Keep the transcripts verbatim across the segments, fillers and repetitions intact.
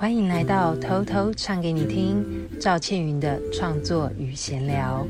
欢迎来到偷偷唱给你听，赵倩云的创作与闲聊。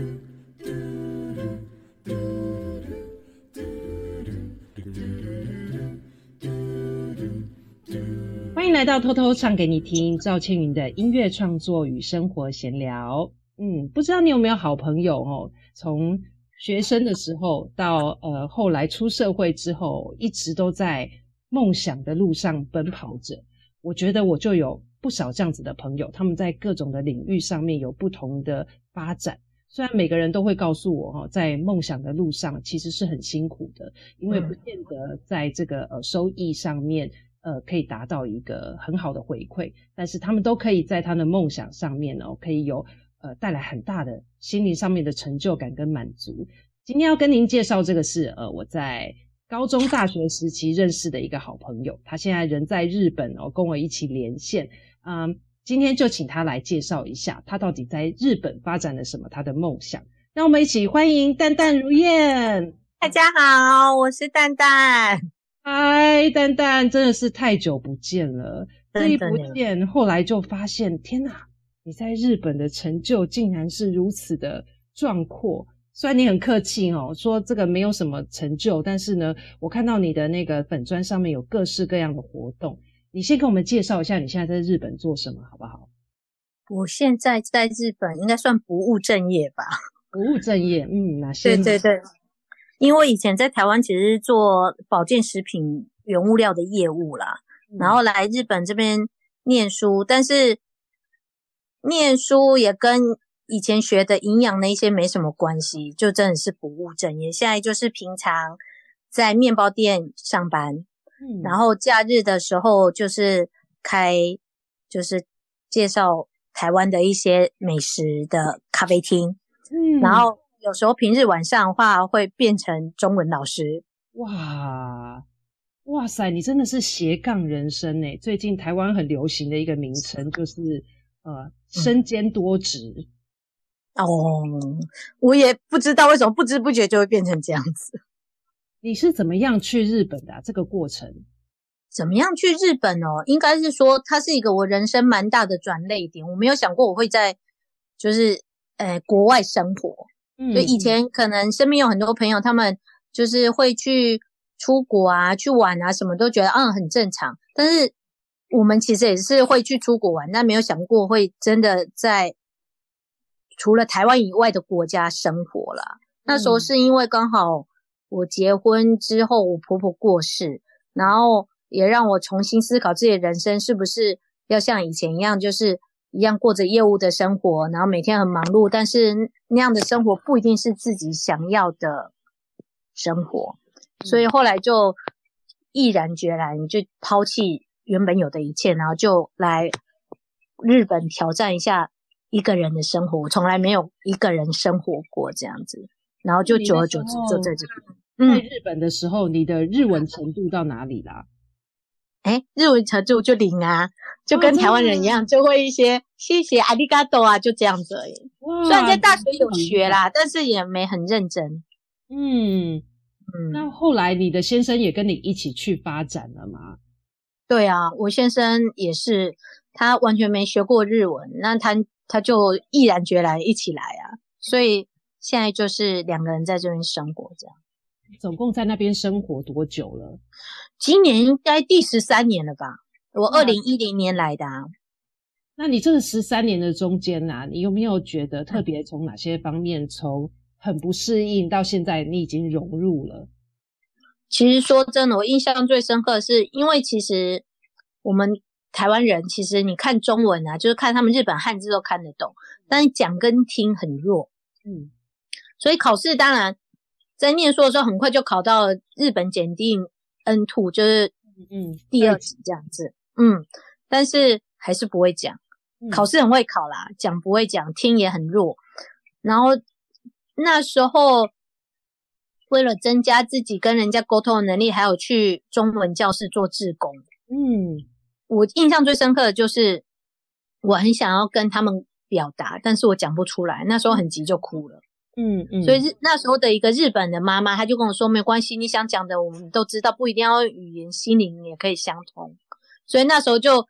欢迎来到偷偷唱给你听，赵倩云的音乐创作与生活闲聊。嗯，不知道你有没有好朋友哦，从学生的时候到呃后来出社会之后，一直都在梦想的路上奔跑着。我觉得我就有不少这样子的朋友，他们在各种的领域上面有不同的发展。虽然每个人都会告诉我哦，在梦想的路上其实是很辛苦的，因为不见得在这个呃收益上面呃可以达到一个很好的回馈，但是他们都可以在他的梦想上面哦，可以有呃带来很大的心灵上面的成就感跟满足。今天要跟您介绍这个是呃我在高中大学时期认识的一个好朋友，他现在人在日本哦，跟我一起连线。嗯，今天就请他来介绍一下他到底在日本发展了什么他的梦想。让我们一起欢迎淡淡如燕。 大家好，我是淡淡。 嗨，淡淡，真的是太久不见了。这一不见，后来就发现，天哪，你在日本的成就竟然是如此的壮阔。虽然你很客气哦，说这个没有什么成就，但是呢，我看到你的那个粉专上面有各式各样的活动。你先跟我们介绍一下你现在在日本做什么好不好？ 我现在在日本应该算不务正业吧。 不务正业，嗯，哪些？ 对对对，因为我以前在台湾其实是做保健食品原物料的业务啦，嗯、然后来日本这边念书，但是念书也跟以前学的营养那一些没什么关系，就真的是不务正业。现在就是平常在面包店上班，嗯，然后假日的时候就是开就是介绍台湾的一些美食的咖啡厅，嗯，然后有时候平日晚上的话会变成中文老师。 哇哇塞，你真的是斜杠人生耶。最近台湾很流行的一个名称就是呃身兼多职。嗯哦，我也不知道为什么不知不觉就会变成这样子。 你是怎么样去日本的啊？这个过程怎么样去日本哦？应该是说它是一个我人生蛮大的转捩点。我没有想过我会在就是呃国外生活。嗯，就以前可能身边有很多朋友，他们就是会去出国啊、去玩啊，什么都觉得嗯很正常。但是我们其实也是会去出国玩，但没有想过会真的在除了台湾以外的国家生活啦。那时候是因为刚好我结婚之后我婆婆过世，然后也让我重新思考自己的人生是不是要像以前一样，就是一样过着业务的生活，然后每天很忙碌，但是那样的生活不一定是自己想要的生活。所以后来就毅然决然就抛弃原本有的一切，然后就来日本挑战一下一个人的生活。我从来没有一个人生活过这样子，然后就久而久之就在这边。 嗯，在日本的时候，你的日文程度到哪里啦？ 诶，日文程度就零啊，就跟台湾人一样，哦、就会一些谢谢阿里嘎多啊，就这样子而已。虽然在大学有学啦，但是也没很认真。 嗯嗯，那后来你的先生也跟你一起去发展了吗？ 对啊，我先生也是，他完全没学过日文，那他他就毅然决然一起来啊，所以现在就是两个人在这边生活这样。 总共在那边生活多久了？ 今年应该第十三年了吧，我二零一零年来的啊。 那你这个十三年的中间啊，你有没有觉得特别从哪些方面从很不适应到现在你已经融入了？ 其实说真的，我印象最深刻的是，因为其实我们台湾人其实你看中文啊，就是看他们日本汉字都看得懂，但是讲跟听很弱。嗯，所以考试当然在念书的时候很快就考到了日本检定 N 二， 就是嗯第二级这样子。嗯，但是还是不会讲。考试很会考啦，讲不会讲，听也很弱。然后那时候为了增加自己跟人家沟通的能力，还有去中文教室做志工。嗯，我印象最深刻的就是我很想要跟他们表达，但是我讲不出来，那时候很急就哭了。嗯嗯，所以那时候的一个日本的妈妈，她就跟我说没关系，你想讲的我们都知道，不一定要语言心灵也可以相通。所以那时候就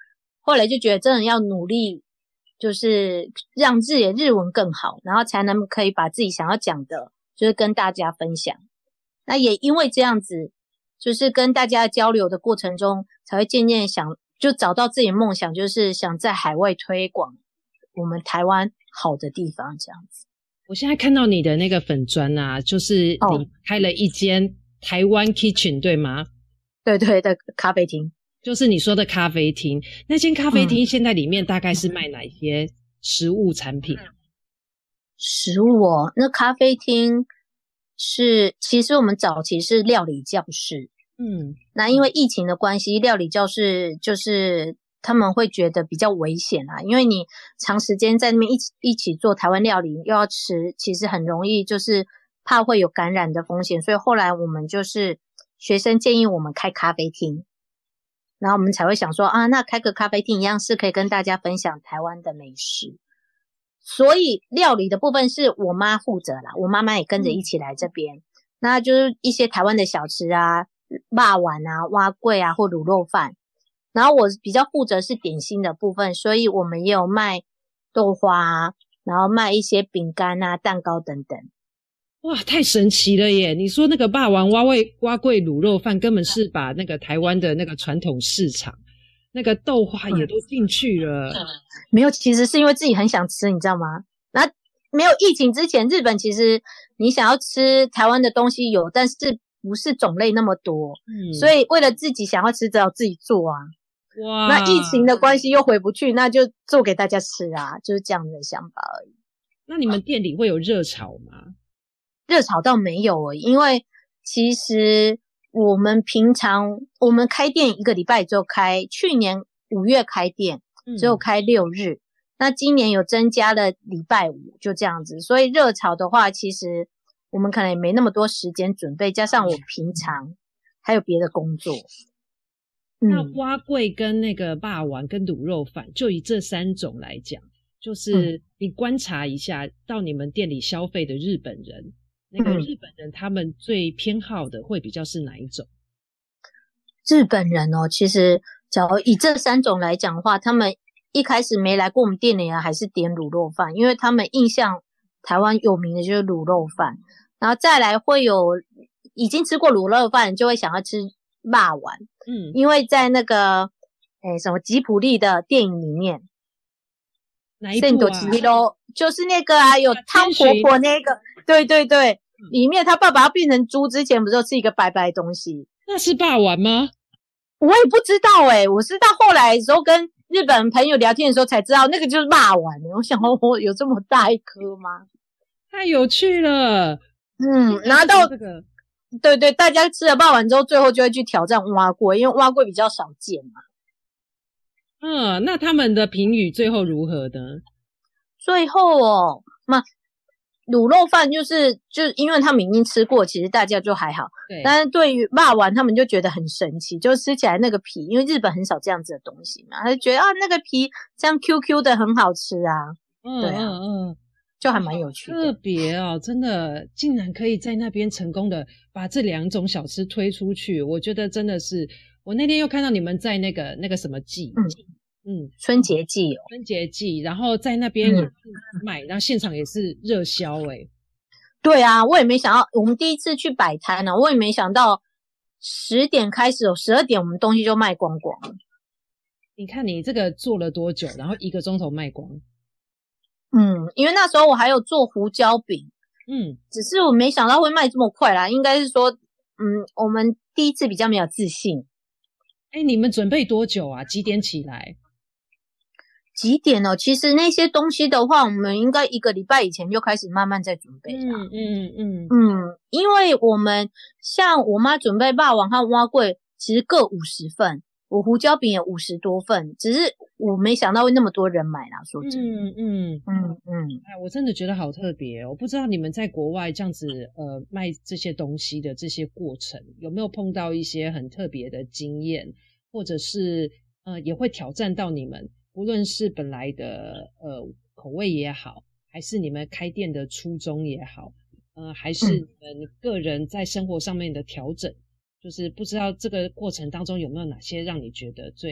后来就觉得真的要努力，就是让自己的日文更好，然后才能可以把自己想要讲的，就是跟大家分享。那也因为这样子，就是跟大家交流的过程中，才会渐渐想，就找到自己的梦想，就是想在海外推广我们台湾好的地方这样子。 我现在看到你的那个粉专啊，就是你开了一间台湾 kitchen 对吗？ 对对的，咖啡厅。 就是你说的咖啡厅。那间咖啡厅现在里面大概是卖哪些食物产品？嗯、 食物哦，那咖啡厅是，其实我们早期是料理教室。嗯，那因为疫情的关系，料理教室就是他们会觉得比较危险啊，因为你长时间在那边一起一起做台湾料理，又要吃，其实很容易就是怕会有感染的风险，所以后来我们就是学生建议我们开咖啡厅，然后我们才会想说啊，那开个咖啡厅一样是可以跟大家分享台湾的美食。所以料理的部分是我妈负责啦，我妈妈也跟着一起来这边，嗯、那就是一些台湾的小吃啊，肉丸啊、碗粿啊或卤肉饭。然后我比较负责是点心的部分，所以我们也有卖豆花啊，然后卖一些饼干啊、蛋糕等等。 哇，太神奇了耶！你说那个肉丸、碗粿、碗粿、卤肉饭，根本是把那个台湾的那个传统市场，那个豆花也都进去了。 嗯、没有，其实是因为自己很想吃，你知道吗？那没有疫情之前，日本其实你想要吃台湾的东西有，但是不是种类那么多。嗯，所以为了自己想要吃，只好自己做啊。哇，那疫情的关系又回不去，那就做给大家吃啊，就是这样的想法而已。 那你们店里会有热炒吗？ 热炒倒没有欸，因为其实我们平常我们开店一个礼拜只有开，去年五月开店只有开六日，嗯、那今年有增加了礼拜五，就这样子。所以热炒的话，其实我们可能也没那么多时间准备，加上我平常还有别的工作。 那碗粿跟那个肉丸跟卤肉饭，就以这三种来讲，就是你观察一下，到你们店里消费的日本人，那个日本人他们最偏好的会比较是哪一种？ 日本人哦，其实假如以这三种来讲的话，他们一开始没来过我们店里啊，还是点卤肉饭，因为他们印象台湾有名的就是卤肉饭，然后再来会有已经吃过卤肉饭就会想要吃肉丸。嗯，因为在那个诶什么吉卜力的电影里面， 哪一部啊？ 就是那个啊，有汤婆婆那个，对对对，嗯、里面他爸爸要变成猪之前，不是有吃一个白白的东西？ 那是肉丸吗？ 我也不知道诶、欸、我是到后来的时候跟日本朋友聊天的时候才知道，那个就是肉丸。我想说，我有这么大一颗吗？ 太有趣了。 嗯，拿到这个。对对，大家吃了肉丸之后，最后就会去挑战碗粿，因为碗粿比较少见嘛。 嗯，那他们的评语最后如何呢？ 最后哦，那卤肉饭就是就是因为他们已经吃过，其实大家就还好。对。但是对于肉丸，他们就觉得很神奇，就吃起来那个皮，因为日本很少这样子的东西嘛，他就觉得啊那个皮这样 Q Q 的很好吃啊。嗯，对啊，嗯嗯。就还蛮有趣的， 特别哦，真的竟然可以在那边成功的把这两种小吃推出去，我觉得真的是。我那天又看到你们在那个那个什么季，嗯嗯，春节季哦， 春节季，然后在那边也是卖，嗯、然后现场也是热销诶。 对啊，我也没想到，我们第一次去摆摊呢，我也没想到十点开始哦，十二点我们东西就卖光光了。 你看你这个做了多久，然后一个钟头卖光？ 嗯，因为那时候我还有做胡椒饼，嗯，只是我没想到会卖这么快啦，应该是说，嗯，我们第一次比较没有自信。 哎，你们准备多久啊？几点起来？ 几点哦？其实那些东西的话，我们应该一个礼拜以前就开始慢慢在准备啦。嗯嗯嗯嗯，因为我们像我妈准备肉丸和碗粿，其实各五十份。我胡椒饼也五十多份，只是我没想到会那么多人买啦。说真的，嗯嗯嗯嗯，哎，我真的觉得好特别哦！我不知道你们在国外这样子呃卖这些东西的这些过程，有没有碰到一些很特别的经验，或者是呃也会挑战到你们，无论是本来的呃口味也好，还是你们开店的初衷也好，呃，还是你们个人在生活上面的调整。就是不知道这个过程当中有没有哪些让你觉得最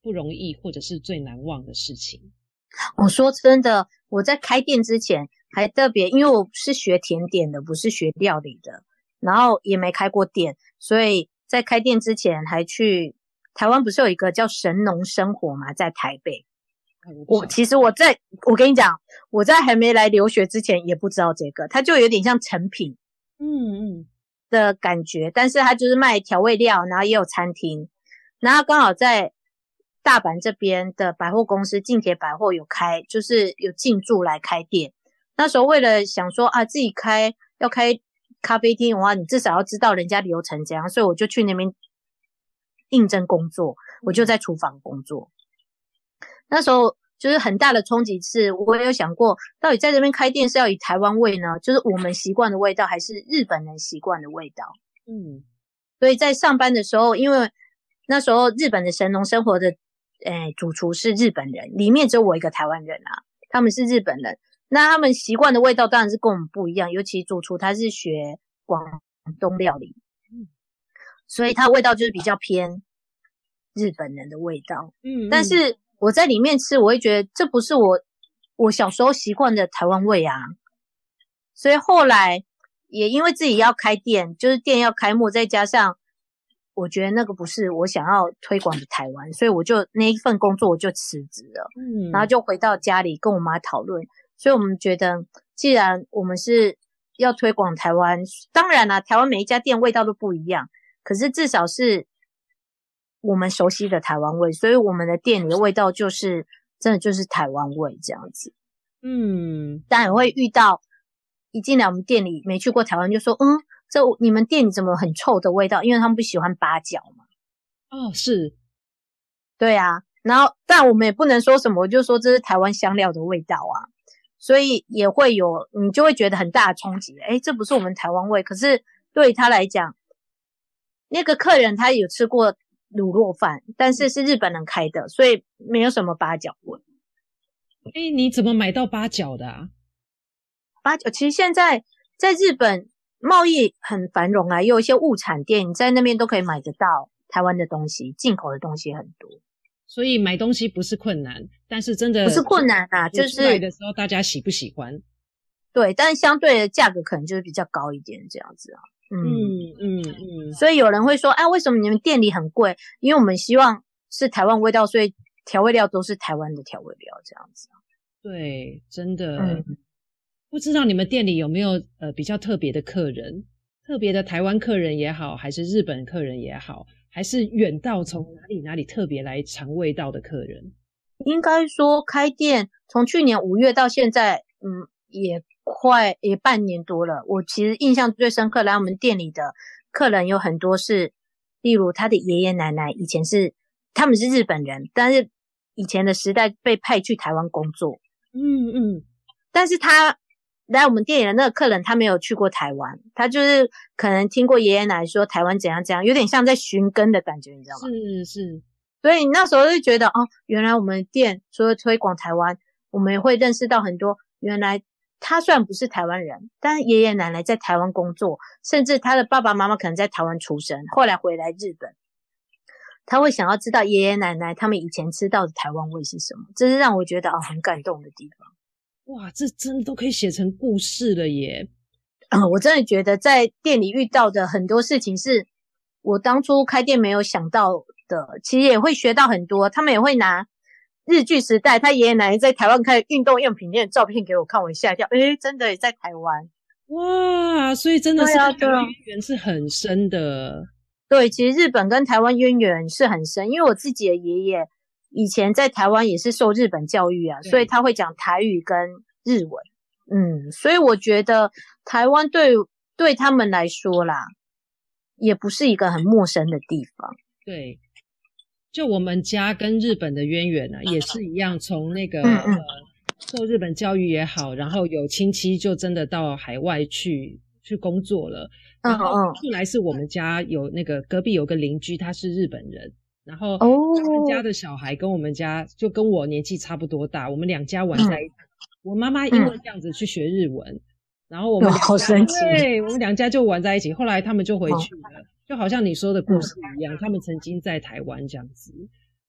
不容易或者是最难忘的事情？ 我说真的，我在开店之前还特别，因为我是学甜点的，不是学料理的，然后也没开过店，所以在开店之前还去台湾，不是有一个叫神农生活嘛，在台北。我其实我在我跟你讲，我在还没来留学之前也不知道这个，它就有点像成品，嗯嗯的感觉，但是它就是卖调味料，然后也有餐厅，然后刚好在大阪这边的百货公司近铁百货有开，就是有进驻来开店。那时候为了想说啊，自己开要开咖啡厅的话，你至少要知道人家流程怎样，所以我就去那边应征工作，我就在厨房工作。那时候就是很大的冲击是，我也有想过，到底在这边开店是要以台湾味呢，就是我们习惯的味道，还是日本人习惯的味道？嗯，所以在上班的时候，因为那时候日本的神农生活的诶主厨是日本人，里面只有我一个台湾人啊，他们是日本人，那他们习惯的味道当然是跟我们不一样，尤其主厨他是学广东料理，嗯，所以他味道就是比较偏日本人的味道，嗯，但是我在里面吃，我会觉得这不是我我小时候习惯的台湾味啊，所以后来也因为自己要开店，就是店要开幕，再加上我觉得那个不是我想要推广的台湾，所以我就那一份工作我就辞职了，嗯，然后就回到家里跟我妈讨论，所以我们觉得既然我们是要推广台湾，当然啦，台湾每一家店味道都不一样，可是至少是我们熟悉的台湾味，所以我们的店里的味道就是真的就是台湾味这样子。嗯，当然也会遇到一进来我们店里没去过台湾就说，嗯，这你们店里怎么很臭的味道？因为他们不喜欢八角嘛。 哦，是， 对啊。然后，但我们也不能说什么，我就说这是台湾香料的味道啊，所以也会有你就会觉得很大的冲击。诶，这不是我们台湾味，可是对于他来讲，那个客人他有吃过卤肉饭，但是是日本人开的，所以没有什么八角味。 诶，你怎么买到八角的啊？ 八角其实现在在日本贸易很繁荣啊，也有一些物产店，你在那边都可以买得到台湾的东西，进口的东西很多。 所以买东西不是困难，但是真的不是困难啊，就是出来的时候大家喜不喜欢？ 对，但是相对的价格可能就是比较高一点这样子啊。嗯嗯嗯，所以有人会说，哎，为什么你们店里很贵？因为我们希望是台湾味道，所以调味料都是台湾的调味料这样子。 对，真的。嗯，不知道你们店里有没有呃比较特别的客人，特别的台湾客人也好，还是日本客人也好，还是远道从哪里哪里特别来尝味道的客人？ 应该说开店从去年五月到现在，嗯，也快也半年多了。我其实印象最深刻来我们店里的客人有很多是，例如他的爷爷奶奶以前是他们是日本人，但是以前的时代被派去台湾工作，嗯嗯，但是他来我们店里的那个客人他没有去过台湾，他就是可能听过爷爷奶奶说台湾怎样怎样，有点像在寻根的感觉，你知道吗？ 是是， 所以那时候就觉得哦，原来我们店除了推广台湾，我们也会认识到很多原来他虽然不是台湾人，但是爷爷奶奶在台湾工作，甚至他的爸爸妈妈可能在台湾出生，后来回来日本，他会想要知道爷爷奶奶他们以前吃到的台湾味是什么，这是让我觉得哦很感动的地方。 哇，这真的都可以写成故事了耶。 嗯，我真的觉得在店里遇到的很多事情是我当初开店没有想到的，其实也会学到很多。他们也会拿日据时代他爷爷奶奶在台湾开运动用品店的照片给我看，我吓一跳，诶，真的也在台湾。 哇，所以真的是跟台湾渊源是很深的。 对，其实日本跟台湾渊源是很深，因为我自己的爷爷以前在台湾也是受日本教育啊，所以他会讲台语跟日文。嗯，所以我觉得台湾对对他们来说啦，也不是一个很陌生的地方。 对，就我们家跟日本的渊源啊，也是一样，从那个、嗯嗯、呃受日本教育也好，然后有亲戚就真的到海外去去工作了。然后后来是我们家有那个隔壁有个邻居，他是日本人。然后他们家的小孩跟我们家就跟我年纪差不多大，我们两家玩在一起。嗯、我妈妈因为这样子去学日文，嗯、然后我们两家、 好神奇， 对，我们两家就玩在一起。后来他们就回去了，哦、就好像你说的故事一样，他们曾经在台湾这样子。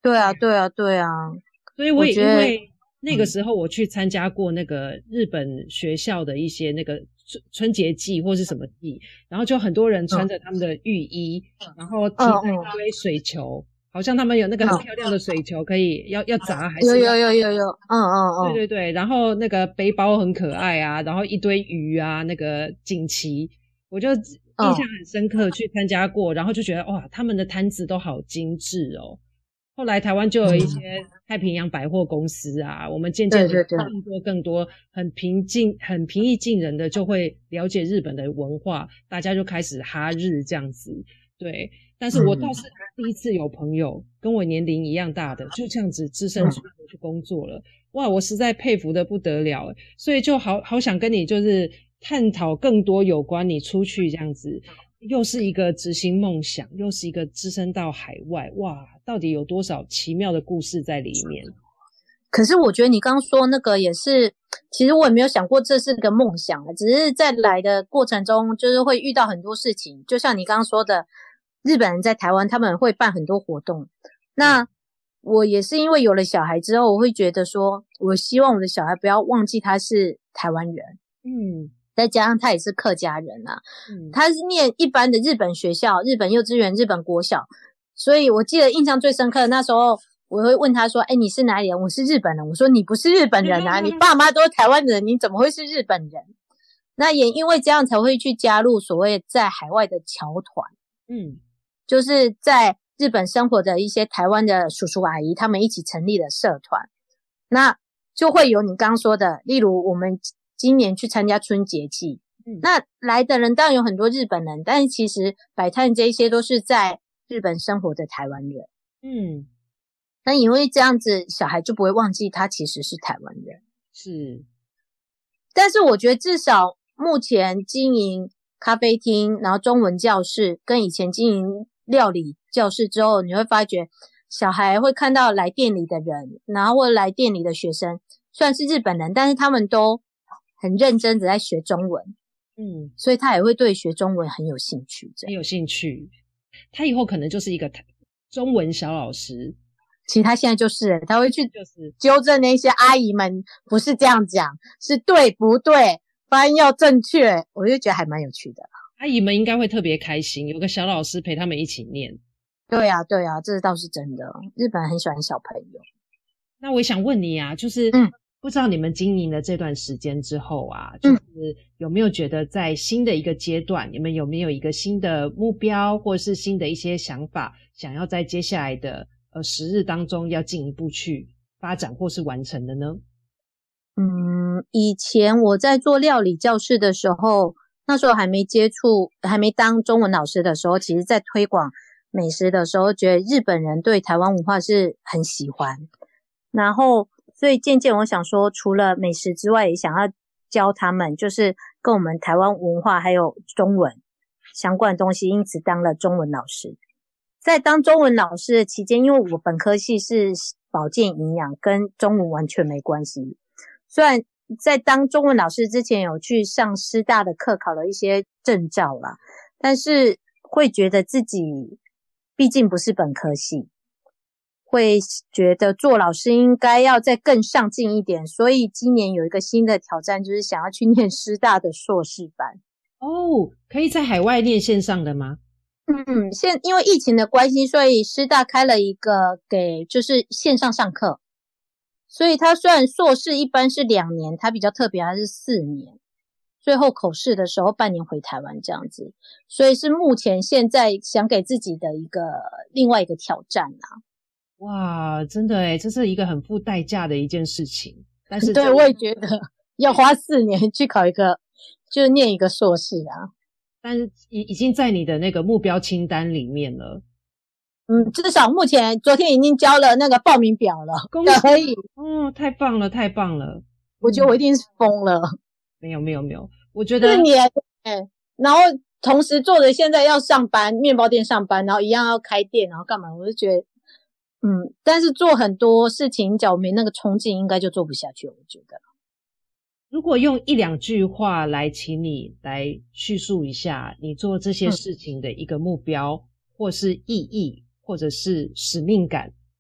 对啊，对啊，对啊。 所以我也因为那个时候我去参加过那个日本学校的一些那个春春节季或是什么季，然后就很多人穿着他们的浴衣，嗯、然后提着一堆水球。嗯好像他们有那个很漂亮的水球，可以要要砸还是有有有有有，嗯嗯嗯， 对对对，然后那个背包很可爱啊，然后一堆鱼啊，那个锦旗，我就印象很深刻，去参加过，然后就觉得哇，他们的摊子都好精致哦。后来台湾就有一些太平洋百货公司啊，我们渐渐的更多更多很平静、很平易近人的就会了解日本的文化，大家就开始哈日这样子，对。但是我倒是第一次有朋友跟我年龄一样大的，就这样子只身出国去工作了，哇，我实在佩服的不得了，所以就好好想跟你就是探讨更多有关你出去这样子，又是一个执行梦想，又是一个只身到海外，哇，到底有多少奇妙的故事在里面？ 可是我觉得你刚刚说那个也是，其实我也没有想过这是个梦想，只是在来的过程中就是会遇到很多事情，就像你刚刚说的，日本人在台湾他们会办很多活动，那我也是因为有了小孩之后，我会觉得说我希望我的小孩不要忘记他是台湾人，嗯，再加上他也是客家人啊，嗯，他是念一般的日本学校，日本幼稚园、日本国小，所以我记得印象最深刻的那时候我会问他说，诶，你是哪里人？我是日本人。我说你不是日本人啊，你爸妈都是台湾人，你怎么会是日本人？那也因为这样才会去加入所谓在海外的侨团，嗯，就是在日本生活的一些台湾的叔叔阿姨他们一起成立的社团，那就会有你刚刚说的，例如我们今年去参加春节季，嗯，那来的人当然有很多日本人，但是其实摆摊这些都是在日本生活的台湾人，嗯，那因为这样子小孩就不会忘记他其实是台湾人， 是， 但是我觉得至少目前经营咖啡厅，然后中文教室跟以前经营料理教室之后，你会发觉小孩会看到来店里的人，然后或者来店里的学生虽然是日本人，但是他们都很认真的在学中文，嗯，所以他也会对学中文很有兴趣， 很有兴趣，他以后可能就是一个中文小老师。 其实他现在就是他会去纠正那些阿姨们不是这样讲，是对不对，发音要正确，我就觉得还蛮有趣的。 阿姨们应该会特别开心，有个小老师陪他们一起念。 对啊对啊，这倒是真的，日本人很喜欢小朋友。 那我想问你啊，就是嗯不知道你们经营了这段时间之后啊，就是有没有觉得在新的一个阶段，你们有没有一个新的目标或是新的一些想法，想要在接下来的呃时日当中要进一步去发展或是完成的呢？ 嗯，以前我在做料理教室的时候，那时候还没接触，还没当中文老师的时候，其实在推广美食的时候，觉得日本人对台湾文化是很喜欢，然后所以渐渐我想说，除了美食之外，也想要教他们，就是跟我们台湾文化还有中文相关的东西，因此当了中文老师。在当中文老师的期间，因为我本科系是保健营养，跟中文完全没关系。虽然在当中文老师之前有去上师大的课，考了一些证照啦，但是会觉得自己毕竟不是本科系，会觉得做老师应该要再更上进一点，所以今年有一个新的挑战，就是想要去念师大的硕士班。 哦，可以在海外念线上的吗？ 嗯，现因为疫情的关系，所以师大开了一个给就是线上上课，所以他虽然硕士一般是两年，他比较特别，他是四年，最后口试的时候半年回台湾这样子，所以是目前现在想给自己的一个另外一个挑战啊。 哇，真的耶，这是一个很付代价的一件事情，但是对，我也觉得要花四年去考一个，就念一个硕士啊。 但是已已经在你的那个目标清单里面了。 嗯，至少目前昨天已经交了那个报名表了， 恭喜！ 可以， 哦，太棒了，太棒了！ 我觉得我一定是疯了。 嗯、没有，没有，没有，我觉得四年，哎，然后同时做着现在要上班，面包店上班，然后一样要开店，然后干嘛？我就觉得，嗯，但是做很多事情，假如没那个冲劲，应该就做不下去。我觉得。 如果用一两句话来请你来叙述一下你做这些事情的一个目标、嗯、或是意义或者是使命感，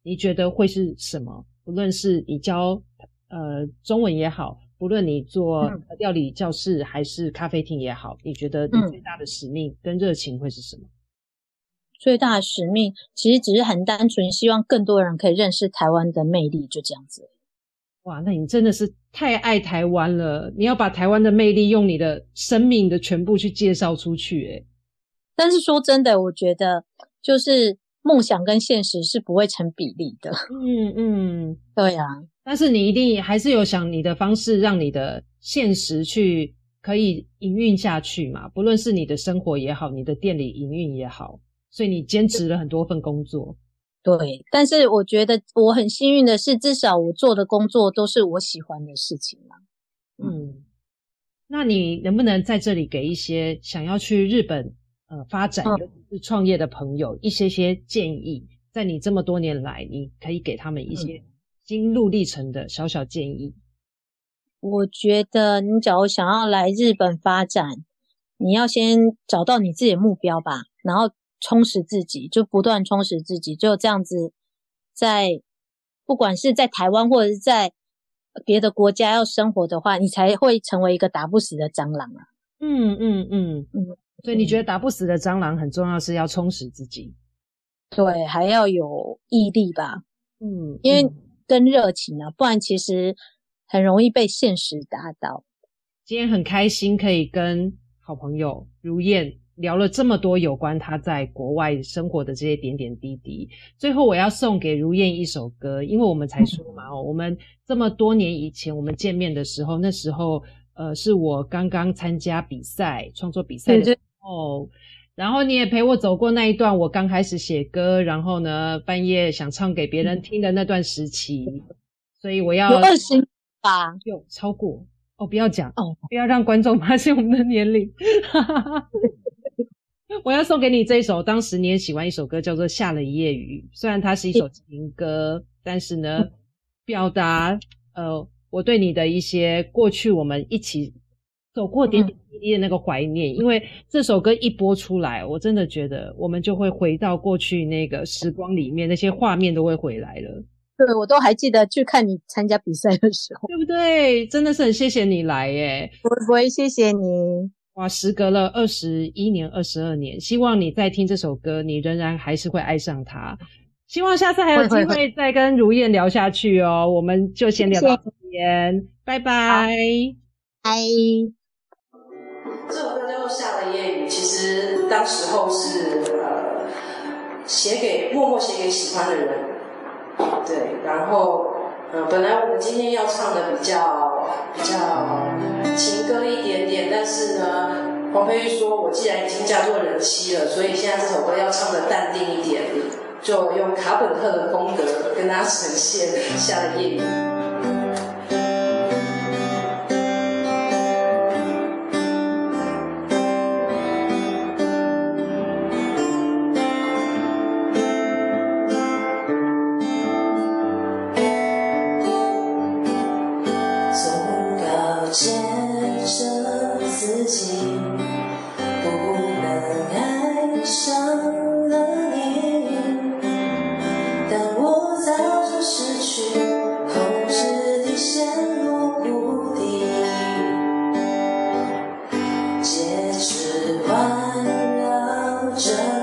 你觉得会是什么？不论是你教呃中文也好，不论你做料理教室还是咖啡厅也好，你觉得你最大的使命跟热情会是什么？ 最大的使命其实只是很单纯，希望更多人可以认识台湾的魅力，就这样子。 哇，那你真的是太爱台湾了，你要把台湾的魅力用你的生命的全部去介绍出去诶。 但是说真的，我觉得就是梦想跟现实是不会成比例的。 嗯嗯， 对啊。 但是你一定还是有想你的方式让你的现实去可以营运下去嘛，不论是你的生活也好，你的店里营运也好，所以你坚持了很多份工作。 对，但是我觉得我很幸运的是，至少我做的工作都是我喜欢的事情嘛。 嗯，那你能不能在这里给一些想要去日本呃发展尤其是创业的朋友一些些建议？在你这么多年来，你可以给他们一些心路历程的小小建议。 我觉得你假如想要来日本发展，你要先找到你自己的目标吧，然后充实自己，就不断充实自己，就这样子在不管是在台湾或者是在别的国家要生活的话，你才会成为一个打不死的蟑螂啊。 嗯嗯嗯嗯，所以你觉得打不死的蟑螂很重要，是要充实自己。 对，还要有毅力吧。 嗯， 因为跟热情啊，不然其实很容易被现实打倒。 今天很开心可以跟好朋友如燕聊了这么多有关他在国外生活的这些点点滴滴。最后我要送给如燕一首歌，因为我们才说嘛、哦、我们这么多年以前我们见面的时候，那时候呃是我刚刚参加比赛创作比赛的时候，然后你也陪我走过那一段我刚开始写歌，然后呢半夜想唱给别人听的那段时期，所以我要有二十吧， 有超过哦，不要讲哦， 不要让观众发现我们的年龄。我要送给你这一首，当时你也喜欢一首歌叫做《下了一夜雨》，虽然它是一首情歌，但是呢，表达呃我对你的一些过去我们一起走过点点滴滴的那个怀念。因为这首歌一播出来，我真的觉得我们就会回到过去那个时光里面，那些画面都会回来了。 对，我都还记得去看你参加比赛的时候， 对不对？真的是很谢谢你来耶。 不会不会，谢谢你。 哇，时隔了二十一年、二十二年，希望你在听这首歌，你仍然还是会爱上它。希望下次还有机会再跟如燕聊下去哦。我们就先聊到这边，拜拜。 拜。 这首歌叫做《下了夜雨》，其实当时候是呃写给默默写给喜欢的人，对，然后呃本来我们今天要唱的比较比较情歌一点点，但是呢，黄佩玉说我既然已经嫁做人妻了，所以现在这首歌要唱的淡定一点，就用卡本特的风格跟大家呈现《下了夜雨》。这